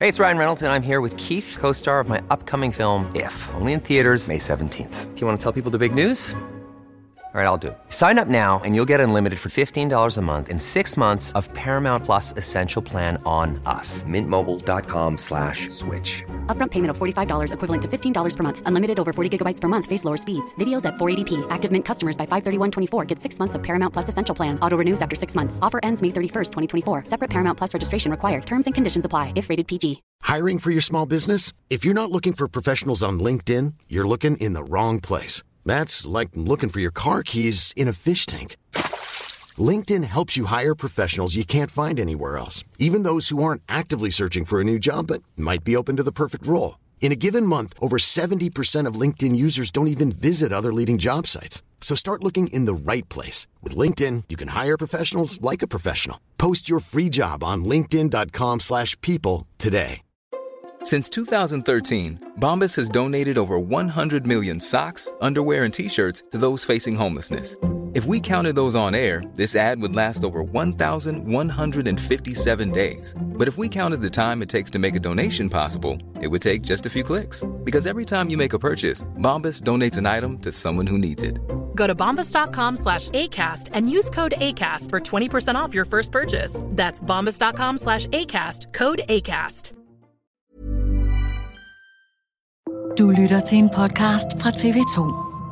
Hey, it's Ryan Reynolds, and I'm here with Keith, co-star of my upcoming film, If, only in theaters May 17th. Do you want to tell people the big news? All right, I'll do it. Sign up now and you'll get unlimited for $15 a month and 6 months of Paramount Plus Essential Plan on us. MintMobile.com/switch. Upfront payment of $45 equivalent to $15 per month. Unlimited over 40 gigabytes per month. Face lower speeds. Videos at 480p. Active Mint customers by 531.24 get 6 months of Paramount Plus Essential Plan. Auto renews after 6 months. Offer ends May 31st, 2024. Separate Paramount Plus registration required. Terms and conditions apply if rated PG. Hiring for your small business? If you're not looking for professionals on LinkedIn, you're looking in the wrong place. That's like looking for your car keys in a fish tank. LinkedIn helps you hire professionals you can't find anywhere else, even those who aren't actively searching for a new job but might be open to the perfect role. In a given month, over 70% of LinkedIn users don't even visit other leading job sites. So start looking in the right place. With LinkedIn, you can hire professionals like a professional. Post your free job on linkedin.com/people today. Since 2013, Bombas has donated over 100 million socks, underwear, and T-shirts to those facing homelessness. If we counted those on air, this ad would last over 1,157 days. But if we counted the time it takes to make a donation possible, it would take just a few clicks. Because every time you make a purchase, Bombas donates an item to someone who needs it. Go to bombas.com/ACAST and use code ACAST for 20% off your first purchase. That's bombas.com/ACAST. Code ACAST. Du lytter til en podcast fra TV2.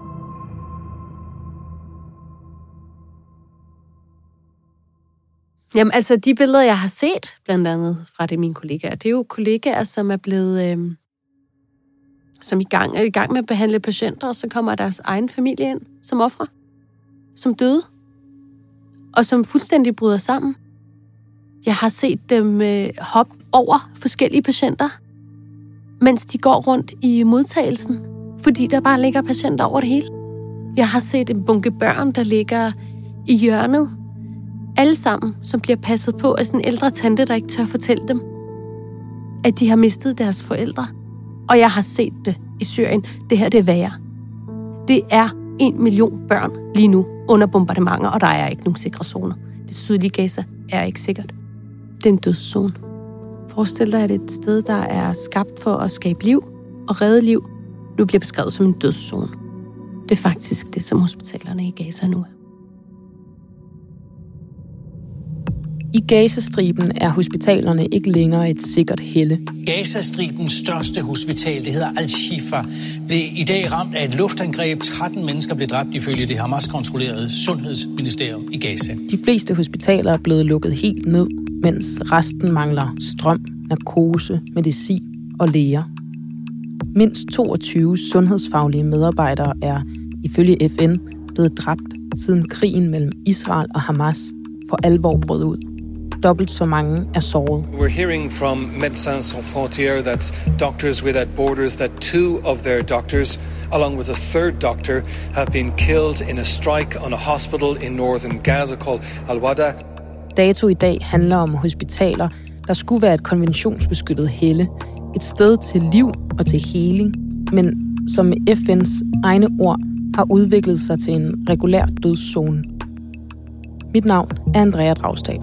Jamen altså, de billeder, jeg har set, blandt andet fra det mine kollegaer, det er jo kollegaer, som er blevet som er i gang med at behandle patienter, og så kommer deres egen familie ind som ofre, som døde, og som fuldstændig bryder sammen. Jeg har set dem hoppe over forskellige patienter, mens de går rundt i modtagelsen, fordi der bare ligger patienter over det hele. Jeg har set en bunke børn, der ligger i hjørnet, alle sammen, som bliver passet på af sådan en ældre tante, der ikke tør fortælle dem, at de har mistet deres forældre. Og jeg har set det i Syrien. Det her, det er værre. Det er 1 million børn lige nu under bombardementer, og der er ikke nogen sikre zoner. Det sydlige Gaza er ikke sikkert. Det er en dødszone. Forestil dig, at et sted, der er skabt for at skabe liv og redde liv, nu bliver beskrevet som en dødszone. Det er faktisk det, som hospitalerne i Gaza nu er. I Gazastriben er hospitalerne ikke længere et sikkert helle. Gazastribens største hospital, det hedder Al-Shifa, blev i dag ramt af et luftangreb. 13 mennesker blev dræbt ifølge det Hamas-kontrollerede sundhedsministerium i Gaza. De fleste hospitaler er blevet lukket helt ned, mens resten mangler strøm, narkose, medicin og læger. Mindst 22 sundhedsfaglige medarbejdere er, ifølge FN, blevet dræbt siden krigen mellem Israel og Hamas for alvor brød ud. Dobbelt så mange er såret. We're hearing from Médecins Sans Frontières, that's Doctors Without Borders, that 2 of their doctors, along with a third doctor, have been killed in a strike on a hospital in northern Gaza called Al-Wada. Dato i dag handler om hospitaler, der skulle være et konventionsbeskyttet helle. Et sted til liv og til heling, men som med FN's egne ord har udviklet sig til en regulær dødszone. Mit navn er Andrea Dragsdahl.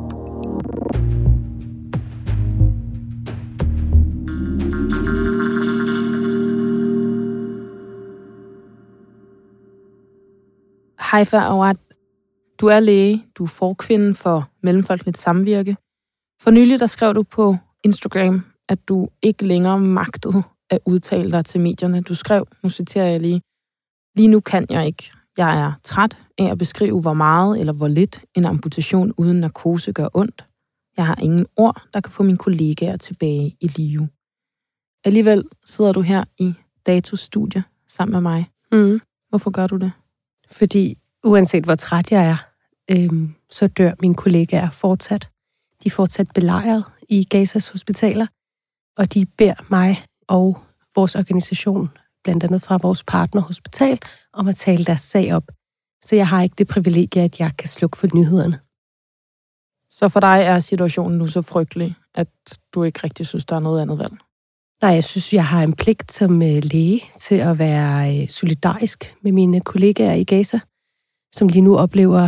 Haifa Awad, du er læge, du er forkvinde for Mellemfolkeligt Samvirke. For nylig der skrev du på Instagram, at du ikke længere magtede at udtale dig til medierne. Du skrev, nu citerer jeg lige nu kan jeg ikke. Jeg er træt af at beskrive, hvor meget eller hvor lidt en amputation uden narkose gør ondt. Jeg har ingen ord, der kan få mine kollegaer tilbage i live. Alligevel sidder du her i Datos studie sammen med mig. Hvorfor gør du det? Fordi uanset hvor træt jeg er, så dør mine kollegaer fortsat. De er fortsat belejret i Gazas hospitaler, og de beder mig og vores organisation, blandt andet fra vores partnerhospital, om at tale deres sag op. Så jeg har ikke det privilegie, at jeg kan slukke for nyhederne. Så for dig er situationen nu så frygtelig, at du ikke rigtig synes, der er noget andet valg? Nej, jeg synes, jeg har en pligt som læge til at være solidarisk med mine kollegaer i Gaza, som lige nu oplever,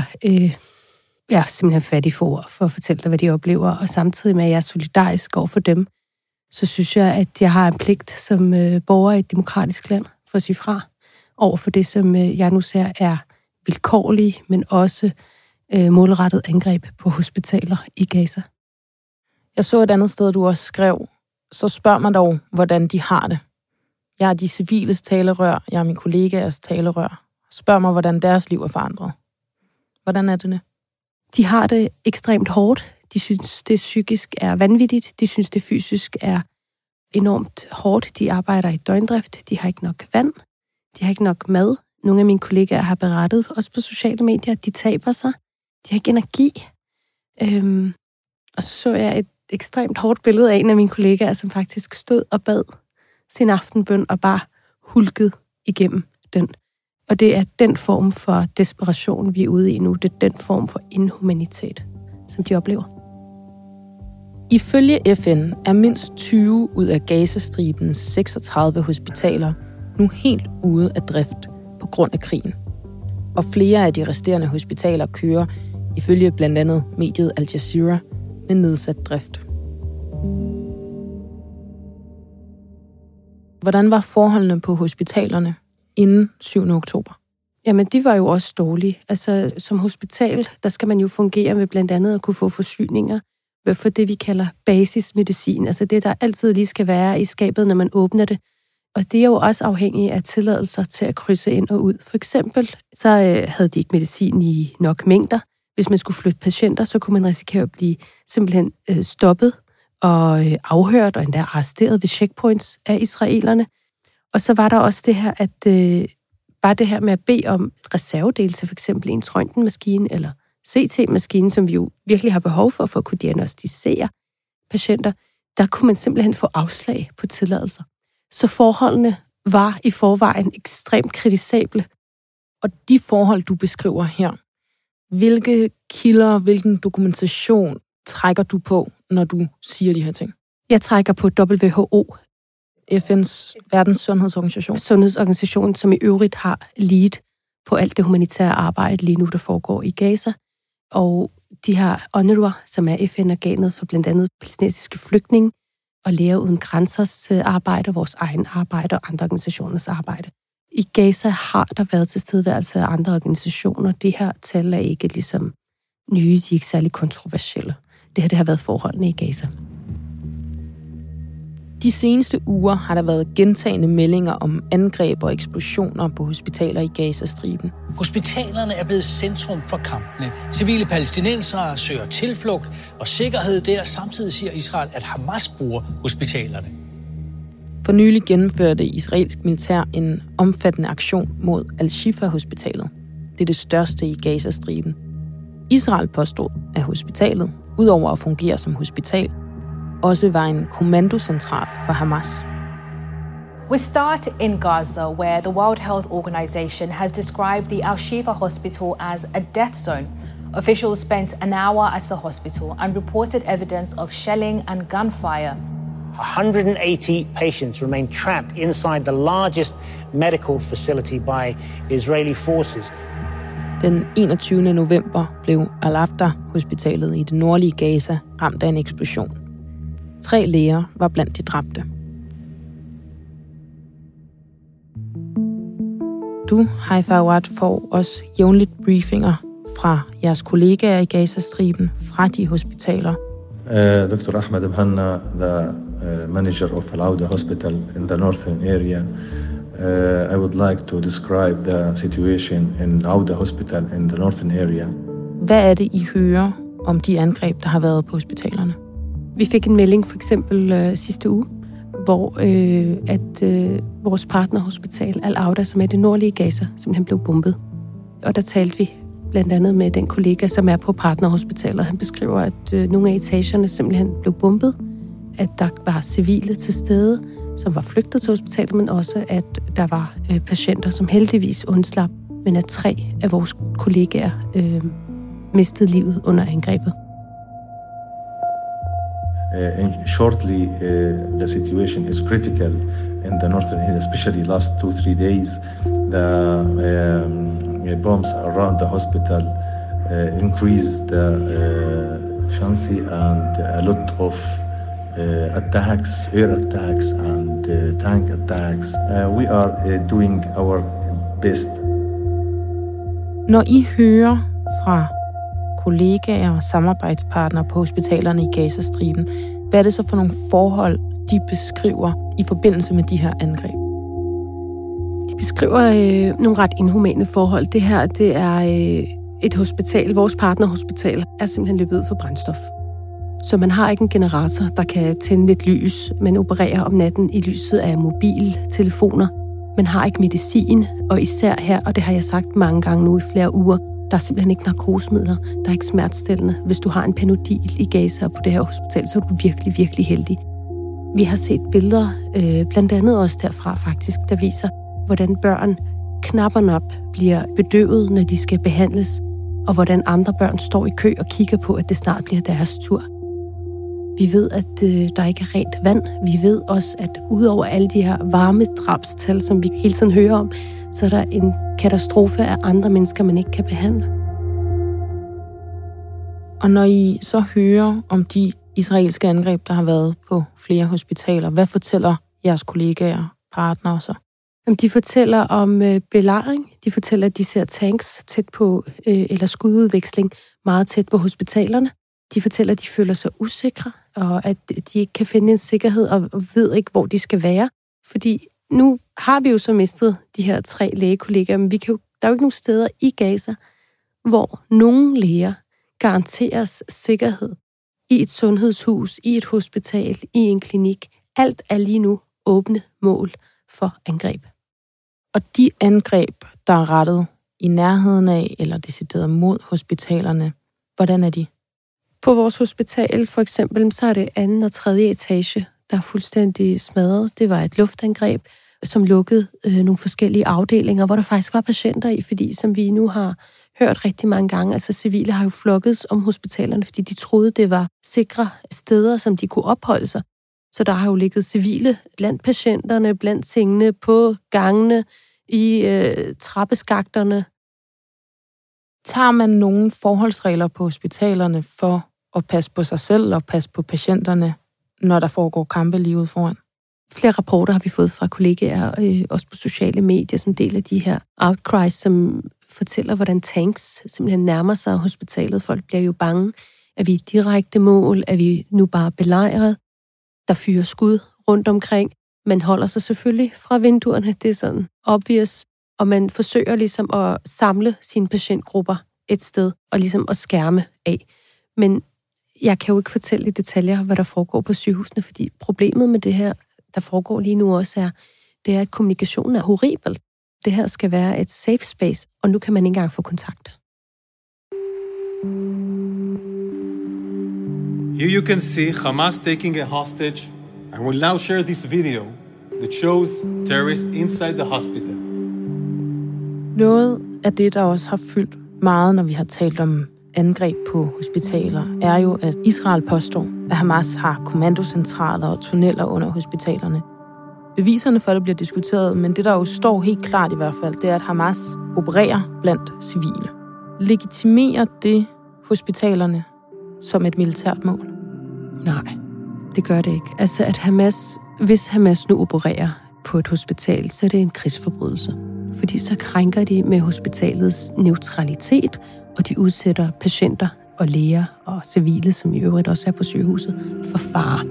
simpelthen fattig for ord for at fortælle dig, hvad de oplever, og samtidig med, at jeg er solidarisk over for dem, så synes jeg, at jeg har en pligt som borger i et demokratisk land for at sige fra over for det, som jeg nu ser er vilkårlige, men også målrettet angreb på hospitaler i Gaza. Jeg så et andet sted, du også skrev, så spørg mig dog, hvordan de har det. Jeg er de civiles talerør, jeg er min kollegaers talerør. Spørg mig, hvordan deres liv er forandret. Hvordan er det? De har det ekstremt hårdt. De synes, det psykisk er vanvittigt. De synes, det fysisk er enormt hårdt. De arbejder i døgndrift. De har ikke nok vand. De har ikke nok mad. Nogle af mine kollegaer har berettet, også på sociale medier, at de taber sig. De har ikke energi. Og så jeg et ekstremt hårdt billede af en af mine kollegaer, som faktisk stod og bad sin aftenbøn og bare hulkede igennem den. Og det er den form for desperation, vi er ude i nu. Det er den form for inhumanitet, som de oplever. Ifølge FN er mindst 20 ud af Gazastribens 36 hospitaler nu helt ude af drift på grund af krigen. Og flere af de resterende hospitaler kører, ifølge blandt andet mediet Al Jazeera, med nedsat drift. Hvordan var forholdene på hospitalerne inden 7. oktober? Jamen, de var jo også dårlige. Altså, som hospital, der skal man jo fungere med blandt andet at kunne få forsyninger for det, vi kalder basismedicin. Altså det, der altid lige skal være i skabet, når man åbner det. Og det er jo også afhængigt af tilladelser til at krydse ind og ud. For eksempel, så havde de ikke medicin i nok mængder. Hvis man skulle flytte patienter, så kunne man risikere at blive simpelthen stoppet og afhørt og endda arresteret ved checkpoints af israelerne. Og så var der også det her, at bare det her med at bede om reservedel til for eksempel ens røntgenmaskine eller CT-maskine, som vi jo virkelig har behov for at kunne diagnostisere patienter, der kunne man simpelthen få afslag på tilladelser. Så forholdene var i forvejen ekstremt kritisable. Og de forhold, du beskriver her, hvilke kilder, hvilken dokumentation trækker du på, når du siger de her ting? Jeg trækker på WHO, FN's verdenssundhedsorganisation. Sundhedsorganisationen, som i øvrigt har lead på alt det humanitære arbejde lige nu, der foregår i Gaza. Og de har UNRWA, som er FN-organet for blandt andet palæstinensiske flygtninge, og Læger Uden Grænsers arbejde, vores egen arbejde og andre organisationers arbejde. I Gaza har der været tilstedeværelse af andre organisationer. De her tal er ikke ligesom nye, de er ikke særlig kontroversielle. Det har været forholdene i Gaza. De seneste uger har der været gentagne meldinger om angreb og eksplosioner på hospitaler i Gazastriben. Hospitalerne er blevet centrum for kampene. Civile palæstinensere søger tilflugt og sikkerhed der. Samtidig siger Israel, at Hamas bruger hospitalerne. For nylig gennemførte israelsk militær en omfattende aktion mod Al-Shifa-hospitalet. Det er det største i Gazastriben. Israel påstod, at hospitalet, udover at fungere som hospital, også var en kommandocentral for Hamas. We start in Gaza, where the World Health Organization has described the Al-Shifa hospital as a death zone. Officials spent an hour at the hospital and reported evidence of shelling and gunfire. 180 patients remain trapped inside the largest medical facility by Israeli forces. Den 21. november blev Al-Afda-hospitalet i det nordlige Gaza ramt af en eksplosion. 3 læger var blandt de dræbte. Du, Haifa Awad, får også jævnligt briefinger fra jeres kollegaer i Gazastriben, fra de hospitaler. Dr. Ahmed Mhanna, the manager of Al-Awda Hospital in the northern area. I would like to describe the situation in Al-Awda Hospital in the northern area. Hvad er det, I hører om de angreb, der har været på hospitalerne? Vi fik en melding for eksempel sidste uge, hvor vores partnerhospital Al-Awda, som er det nordlige Gaza, simpelthen blev bombet. Og der talte vi blandt andet med den kollega, som er på partnerhospitalet. Han beskriver, at nogle af etagerne simpelthen blev bombet, at der var civile til stede, som var flygtet til hospitalet, men også, at der var patienter, som heldigvis undslap, men at 3 af vores kollegaer mistede livet under angrebet. Shortly, the situation is critical in the northern area, especially last 2-3 days. The bombs around the hospital increased the chance and a lot of attacks, air attacks and tank attacks. We are doing our best. Når I hører fra kollegaer og samarbejdspartnere på hospitalerne i Gazastriben, hvad er det så for nogle forhold, de beskriver i forbindelse med de her angreb? De beskriver nogle ret inhumane forhold. Det her, det er et hospital. Vores partnerhospital er simpelthen løbet ud for brændstof. Så man har ikke en generator, der kan tænde lidt lys. Man opererer om natten i lyset af mobiltelefoner. Man har ikke medicin, og især her, og det har jeg sagt mange gange nu i flere uger, der er simpelthen ikke narkosemidler, der er ikke smertestillende. Hvis du har en Panodil i Gaza på det her hospital, så er du virkelig, virkelig heldig. Vi har set billeder, blandt andet også derfra faktisk, der viser, hvordan børn knapper op bliver bedøvet, når de skal behandles, og hvordan andre børn står i kø og kigger på, at det snart bliver deres tur. Vi ved, at der ikke er rent vand. Vi ved også, at udover alle de her varmedrabstal, som vi hele tiden hører om, så er der en katastrofe af andre mennesker, man ikke kan behandle. Og når I så hører om de israelske angreb, der har været på flere hospitaler, hvad fortæller jeres kollegaer, partnere så? De fortæller om belejring. De fortæller, at de ser tanks tæt på, eller skududveksling meget tæt på hospitalerne. De fortæller, at de føler sig usikre, og at de ikke kan finde en sikkerhed, og ved ikke, hvor de skal være. Fordi nu har vi jo så mistet de her 3 lægekollegaer, men der er jo ikke nogen steder i Gaza, hvor nogen læger garanteres sikkerhed i et sundhedshus, i et hospital, i en klinik. Alt er lige nu åbne mål for angreb. Og de angreb, der er rettet i nærheden af, eller decideret mod hospitalerne, hvordan er de? På vores hospital for eksempel, så er det 2. og 3. etage, der er fuldstændig smadret. Det var et luftangreb, som lukkede nogle forskellige afdelinger, hvor der faktisk var patienter i, fordi som vi nu har hørt rigtig mange gange, altså civile har jo flokket om hospitalerne, fordi de troede, det var sikre steder, som de kunne opholde sig. Så der har jo ligget civile blandt patienterne, blandt sengene, på gangene, i trappeskakterne. Tager man nogle forholdsregler på hospitalerne for at passe på sig selv og passe på patienterne, når der foregår kampe lige ude foran? Flere rapporter har vi fået fra kollegaer, også på sociale medier, som del af de her outcries, som fortæller, hvordan tanks simpelthen nærmer sig hospitalet. Folk bliver jo bange. Er vi i direkte mål? Er vi nu bare belejret? Der fyrer skud rundt omkring. Man holder sig selvfølgelig fra vinduerne. Det er sådan obvious. Og man forsøger ligesom at samle sine patientgrupper et sted, og ligesom at skærme af. Men jeg kan jo ikke fortælle i detaljer, hvad der foregår på sygehusene, fordi problemet med det her, der foregår lige nu også det er, at kommunikationen er horribel. Det her skal være et safe space, og nu kan man ikke engang få kontakt. Here you can see Hamas taking a hostage. I will now share this video that shows terrorists inside the hospital. Noget af det, der også har fyldt meget, når vi har talt om angreb på hospitaler, er jo, at Israel påstår, at Hamas har kommandocentraler og tunneller under hospitalerne. Beviserne for det bliver diskuteret, men det, der jo står helt klart i hvert fald, det er, at Hamas opererer blandt civile. Legitimerer det hospitalerne som et militært mål? Nej, det gør det ikke. Altså, at hvis Hamas nu opererer på et hospital, så er det en krigsforbrydelse. Fordi så krænker de med hospitalets neutralitet, og de udsætter patienter og læger og civile, som i øvrigt også er på sygehuset, for fare.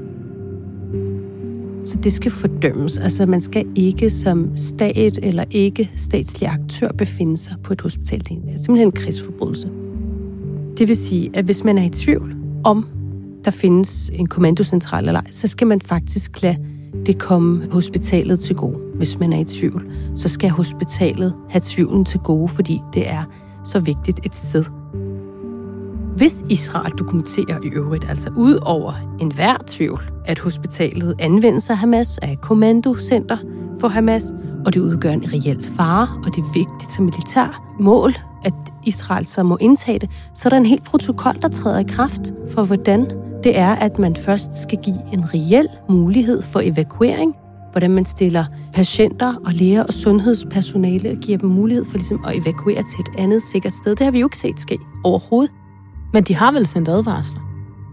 Så det skal fordømmes. Altså, man skal ikke som stat eller ikke statslig aktør befinde sig på et hospital. Det er simpelthen en krigsforbrydelse. Det vil sige, at hvis man er i tvivl om, der findes en kommandocentral eller ej, så skal man faktisk lade det komme hospitalet til gode. Hvis man er i tvivl, så skal hospitalet have tvivlen til gode, fordi det er så vigtigt et sted. Hvis Israel dokumenterer i øvrigt, altså ud over enhver tvivl, at hospitalet anvender sig af Hamas, er et kommandocenter for Hamas, og det udgør en reel fare, og det er vigtigt som militær mål, at Israel så må indtage det, så er der en helt protokol, der træder i kraft for, hvordan det er, at man først skal give en reel mulighed for evakuering, hvordan man stiller patienter og læger og sundhedspersonale og giver dem mulighed for ligesom at evakuere til et andet sikkert sted. Det har vi jo ikke set ske overhovedet. Men de har vel sendt advarsler?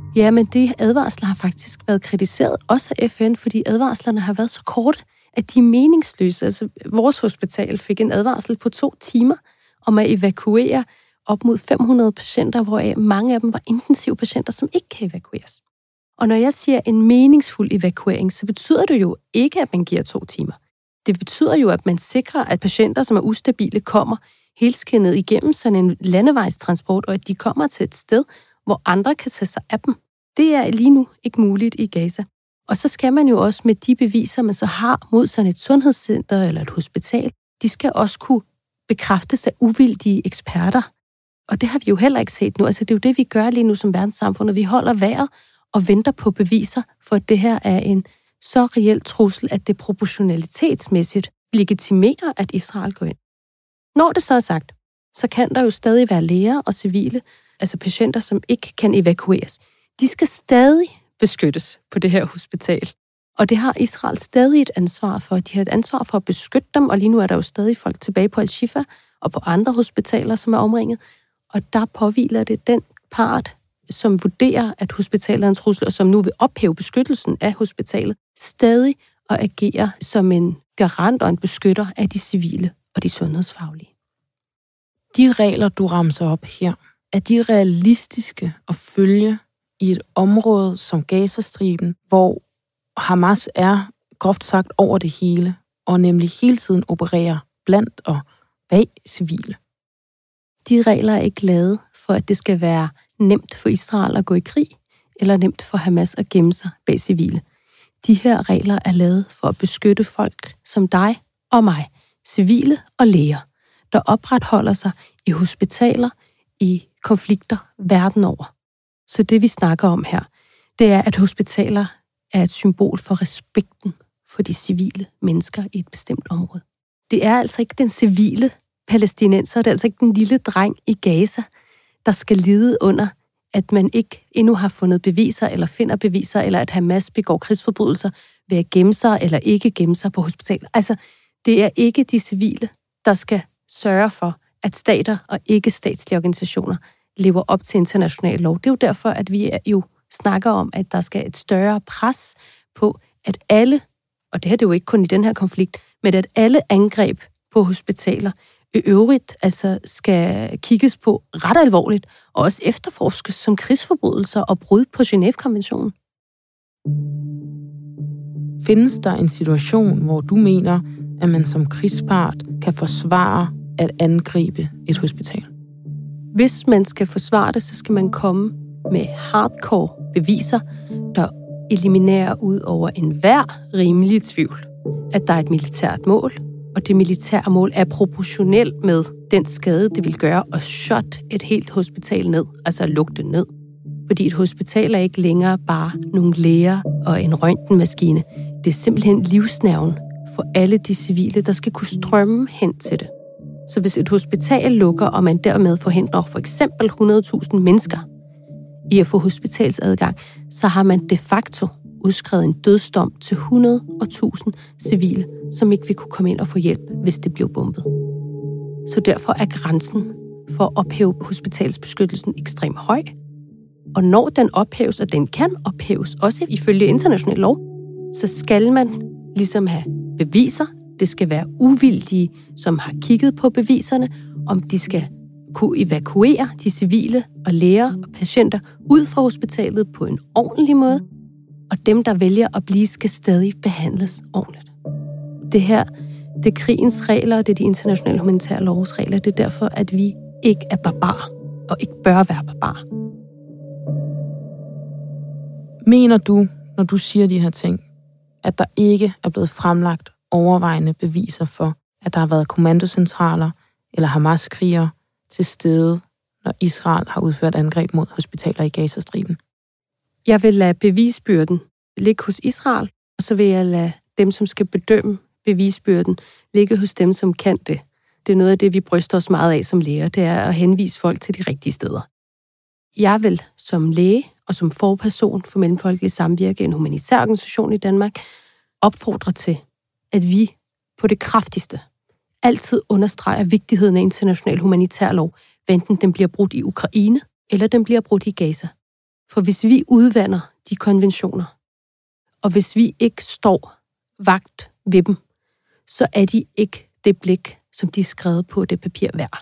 Ja, men de advarsler har faktisk været kritiseret, også af FN, fordi advarslerne har været så korte, at de er meningsløse. Altså, vores hospital fik en advarsel på 2 timer om at evakuere op mod 500 patienter, hvoraf mange af dem var intensive patienter, som ikke kan evakueres. Og når jeg siger en meningsfuld evakuering, så betyder det jo ikke, at man giver 2 timer. Det betyder jo, at man sikrer, at patienter, som er ustabile, kommer helskindet igennem sådan en landevejstransport, og at de kommer til et sted, hvor andre kan tage sig af dem. Det er lige nu ikke muligt i Gaza. Og så skal man jo også med de beviser, man så har mod sådan et sundhedscenter eller et hospital, de skal også kunne bekræftes af uvildige eksperter. Og det har vi jo heller ikke set nu. Altså det er jo det, vi gør lige nu som verdenssamfund, og vi holder vejret og venter på beviser for, at det her er en så reel trussel, at det proportionalitetsmæssigt legitimerer, at Israel går ind. Når det så er sagt, så kan der jo stadig være læger og civile, altså patienter, som ikke kan evakueres. De skal stadig beskyttes på det her hospital. Og det har Israel stadig et ansvar for. De har et ansvar for at beskytte dem, og lige nu er der jo stadig folk tilbage på Al-Shifa og på andre hospitaler, som er omringet. Og der påhviler det den part, som vurderer, at hospitalet er en trussel, og som nu vil ophæve beskyttelsen af hospitalet, stadig at agere som en garant og en beskytter af de civile og de sundhedsfaglige. De regler, du ramser op her, er de realistiske at følge i et område som Gazastriben, hvor Hamas er groft sagt over det hele, og nemlig hele tiden opererer blandt og bag civile? De regler er ikke lavet for, at det skal være nemt for Israel at gå i krig, eller nemt for Hamas at gemme sig bag civile. De her regler er lavet for at beskytte folk som dig og mig, civile og læger, der opretholder sig i hospitaler, i konflikter verden over. Så det, vi snakker om her, det er, at hospitaler er et symbol for respekten for de civile mennesker i et bestemt område. Det er altså ikke den civile palæstinenser, det er altså ikke den lille dreng i Gaza, der skal lide under, at man ikke endnu har fundet beviser, eller finder beviser, eller at Hamas begår krigsforbrydelser ved at gemme sig, eller ikke gemme sig på hospitalet. Altså, det er ikke de civile, der skal sørge for, at stater og ikke-statslige organisationer lever op til international lov. Det er jo derfor, at vi jo snakker om, at der skal et større pres på, at alle, og det her det er jo ikke kun i den her konflikt, men at alle angreb på hospitaler i øvrigt altså skal kigges på ret alvorligt, og også efterforskes som krigsforbrydelser og brud på Genève-konventionen. Findes der en situation, hvor du mener, at man som krigspart kan forsvare at angribe et hospital? Hvis man skal forsvare det, så skal man komme med hardcore beviser, der eliminerer ud over enhver rimelig tvivl, at der er et militært mål, og det militære mål er proportionelt med den skade, det vil gøre at shut et helt hospital ned, altså at lukke det ned. Fordi et hospital er ikke længere bare nogle læger og en røntgenmaskine. Det er simpelthen livsnerven for alle de civile, der skal kunne strømme hen til det. Så hvis et hospital lukker, og man dermed forhindrer for eksempel 100.000 mennesker i at få hospitalsadgang, så har man de facto udskrevet en dødsdom til 100.000 civile, som ikke vil kunne komme ind og få hjælp, hvis det bliver bombet. Så derfor er grænsen for at ophæve hospitalsbeskyttelsen ekstremt høj. Og når den ophæves, og den kan ophæves, også ifølge international lov, så skal man ligesom have beviser. Det skal være uvildige, som har kigget på beviserne, om de skal kunne evakuere de civile og læger og patienter ud fra hospitalet på en ordentlig måde, og dem, der vælger at blive, skal stadig behandles ordentligt. Det her, det er krigens regler, og det er de internationale humanitære lovs regler. Det er derfor, at vi ikke er barbarer, og ikke bør være barbarer. Mener du, når du siger de her ting, at der ikke er blevet fremlagt overvejende beviser for, at der har været kommandocentraler eller Hamas-krigere til stede, når Israel har udført angreb mod hospitaler i Gazastriben? Jeg vil lade bevisbyrden ligge hos Israel, og så vil jeg lade dem, som skal bedømme bevisbyrden, ligge hos dem, som kan det. Det er noget af det, vi bryster os meget af som læger, det er at henvise folk til de rigtige steder. Jeg vil som læge og som forperson for Mellemfolkelig Samvirke, en humanitær organisation i Danmark, opfordre til, at vi på det kraftigste altid understreger vigtigheden af international humanitær lov, enten den bliver brudt i Ukraine eller den bliver brudt i Gaza. For hvis vi udvander de konventioner, og hvis vi ikke står vagt ved dem, så er de ikke det blik, som de er skrevet på det papir værd.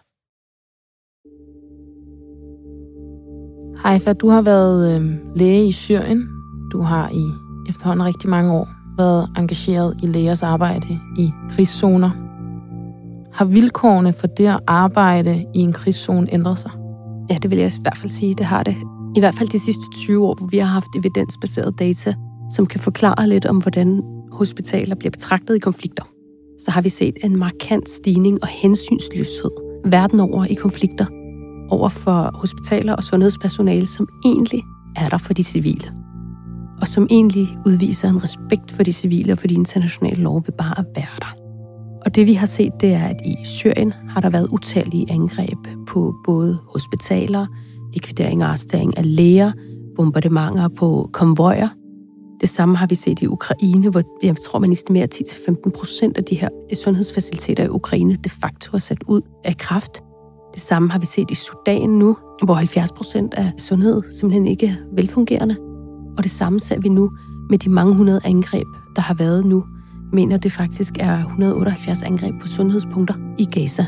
Haifa, du har været læge i Syrien. Du har i efterhånden rigtig mange år været engageret i lægers arbejde i krigszoner. Har vilkårene for det at arbejde i en krigszone ændret sig? Ja, det vil jeg i hvert fald sige, det har det. I hvert fald de sidste 20 år, hvor vi har haft evidensbaserede data, som kan forklare lidt om, hvordan hospitaler bliver betragtet i konflikter. Så har vi set en markant stigning og hensynsløshed verden over i konflikter over for hospitaler og sundhedspersonale, som egentlig er der for de civile. Og som egentlig udviser en respekt for de civile og for de internationale love ved bare at være der. Og det vi har set, det er, at i Syrien har der været utallige angreb på både hospitaler, likvidering og arrestering af læger, bombardementer på konvojer. Det samme har vi set i Ukraine, hvor jeg tror, man estimerer 10-15% af de her sundhedsfaciliteter i Ukraine de facto er sat ud af kraft. Det samme har vi set i Sudan nu, hvor 70% af sundhed simpelthen ikke er velfungerende. Og det samme ser vi nu med de mange hundrede angreb, der har været nu. Jeg mener, det faktisk er 178 angreb på sundhedspunkter i Gaza.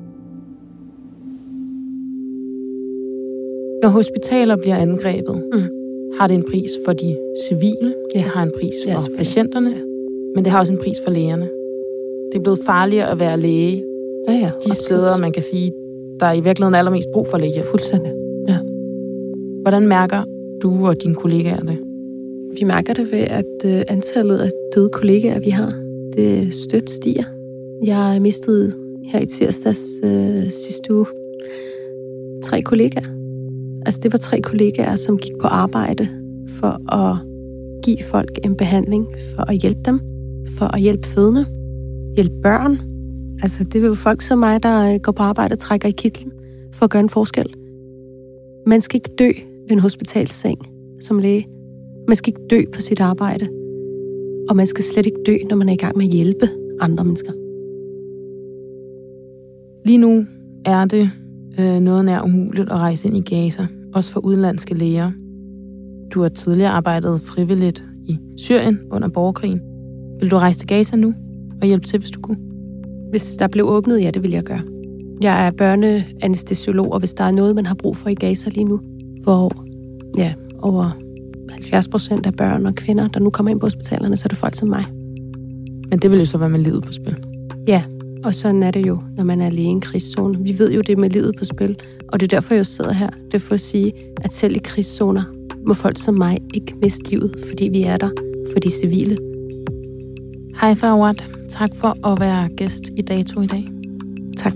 Når hospitaler bliver angrebet, har det en pris for de civile, det har en pris for patienterne, men det har også en pris for lægerne. Det er blevet farligere at være læge de steder, man kan sige, der er i virkeligheden allermest brug for læger. Fuldstændig, ja. Hvordan mærker du og dine kollegaer det? Vi mærker det ved, at antallet af døde kollegaer, vi har, det støt stiger. Jeg mistede her i tirsdags sidste uge 3 kollegaer. Altså det var 3 kollegaer, som gik på arbejde for at give folk en behandling, for at hjælpe dem, for at hjælpe fødende, hjælpe børn. Altså det er jo folk som mig, der går på arbejde og trækker i kitlen for at gøre en forskel. Man skal ikke dø ved en hospitalsseng som læge. Man skal ikke dø på sit arbejde. Og man skal slet ikke dø, når man er i gang med at hjælpe andre mennesker. Lige nu er det noget nær umuligt at rejse ind i Gaza, også for udenlandske læger. Du har tidligere arbejdet frivilligt i Syrien under borgerkrigen. Vil du rejse til Gaza nu og hjælpe til, hvis du kunne? Hvis der blev åbnet, ja, det vil jeg gøre. Jeg er børneanæstesiolog, og hvis der er noget, man har brug for i Gaza lige nu, hvor over 70% af børn og kvinder, der nu kommer ind på hospitalerne, så er det folk som mig. Men det vil jo så være med livet på spil. Ja, og sådan er det jo, når man er læge i en krigszone. Vi ved jo, det er med livet på spil, og det er derfor, jeg sidder her. Det er for at sige, at selv i krigszoner må folk som mig ikke miste livet, fordi vi er der for de civile. Haifa Awad, tak for at være gæst i Dato i dag. Tak.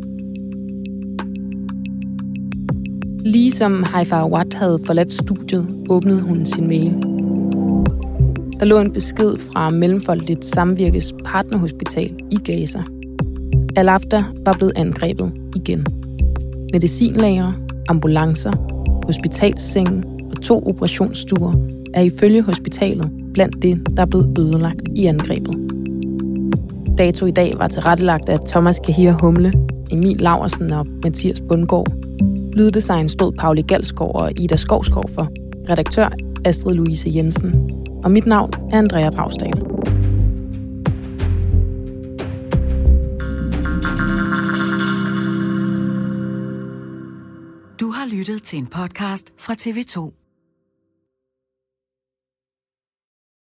Ligesom Haifa Awad havde forladt studiet, åbnede hun sin mail. Der lå en besked fra Mellemfolkeligt Samvirkes partnerhospital i Gaza. Al-Afda var blevet angrebet igen. Medicinlager, ambulancer, hospitalssenge og 2 operationsstuer er ifølge hospitalet blandt det, der er blevet ødelagt i angrebet. Dato i dag var tilrettelagt af Thomas Kahir Humle, Emil Laursen og Mathias Bundgaard. Lyddesign stod Pauli Galsgaard og Ida Skovsgaard for. Redaktør Astrid Louise Jensen. Og mit navn er Andrea Dragsdahl. Du har lyttet til en podcast fra TV2.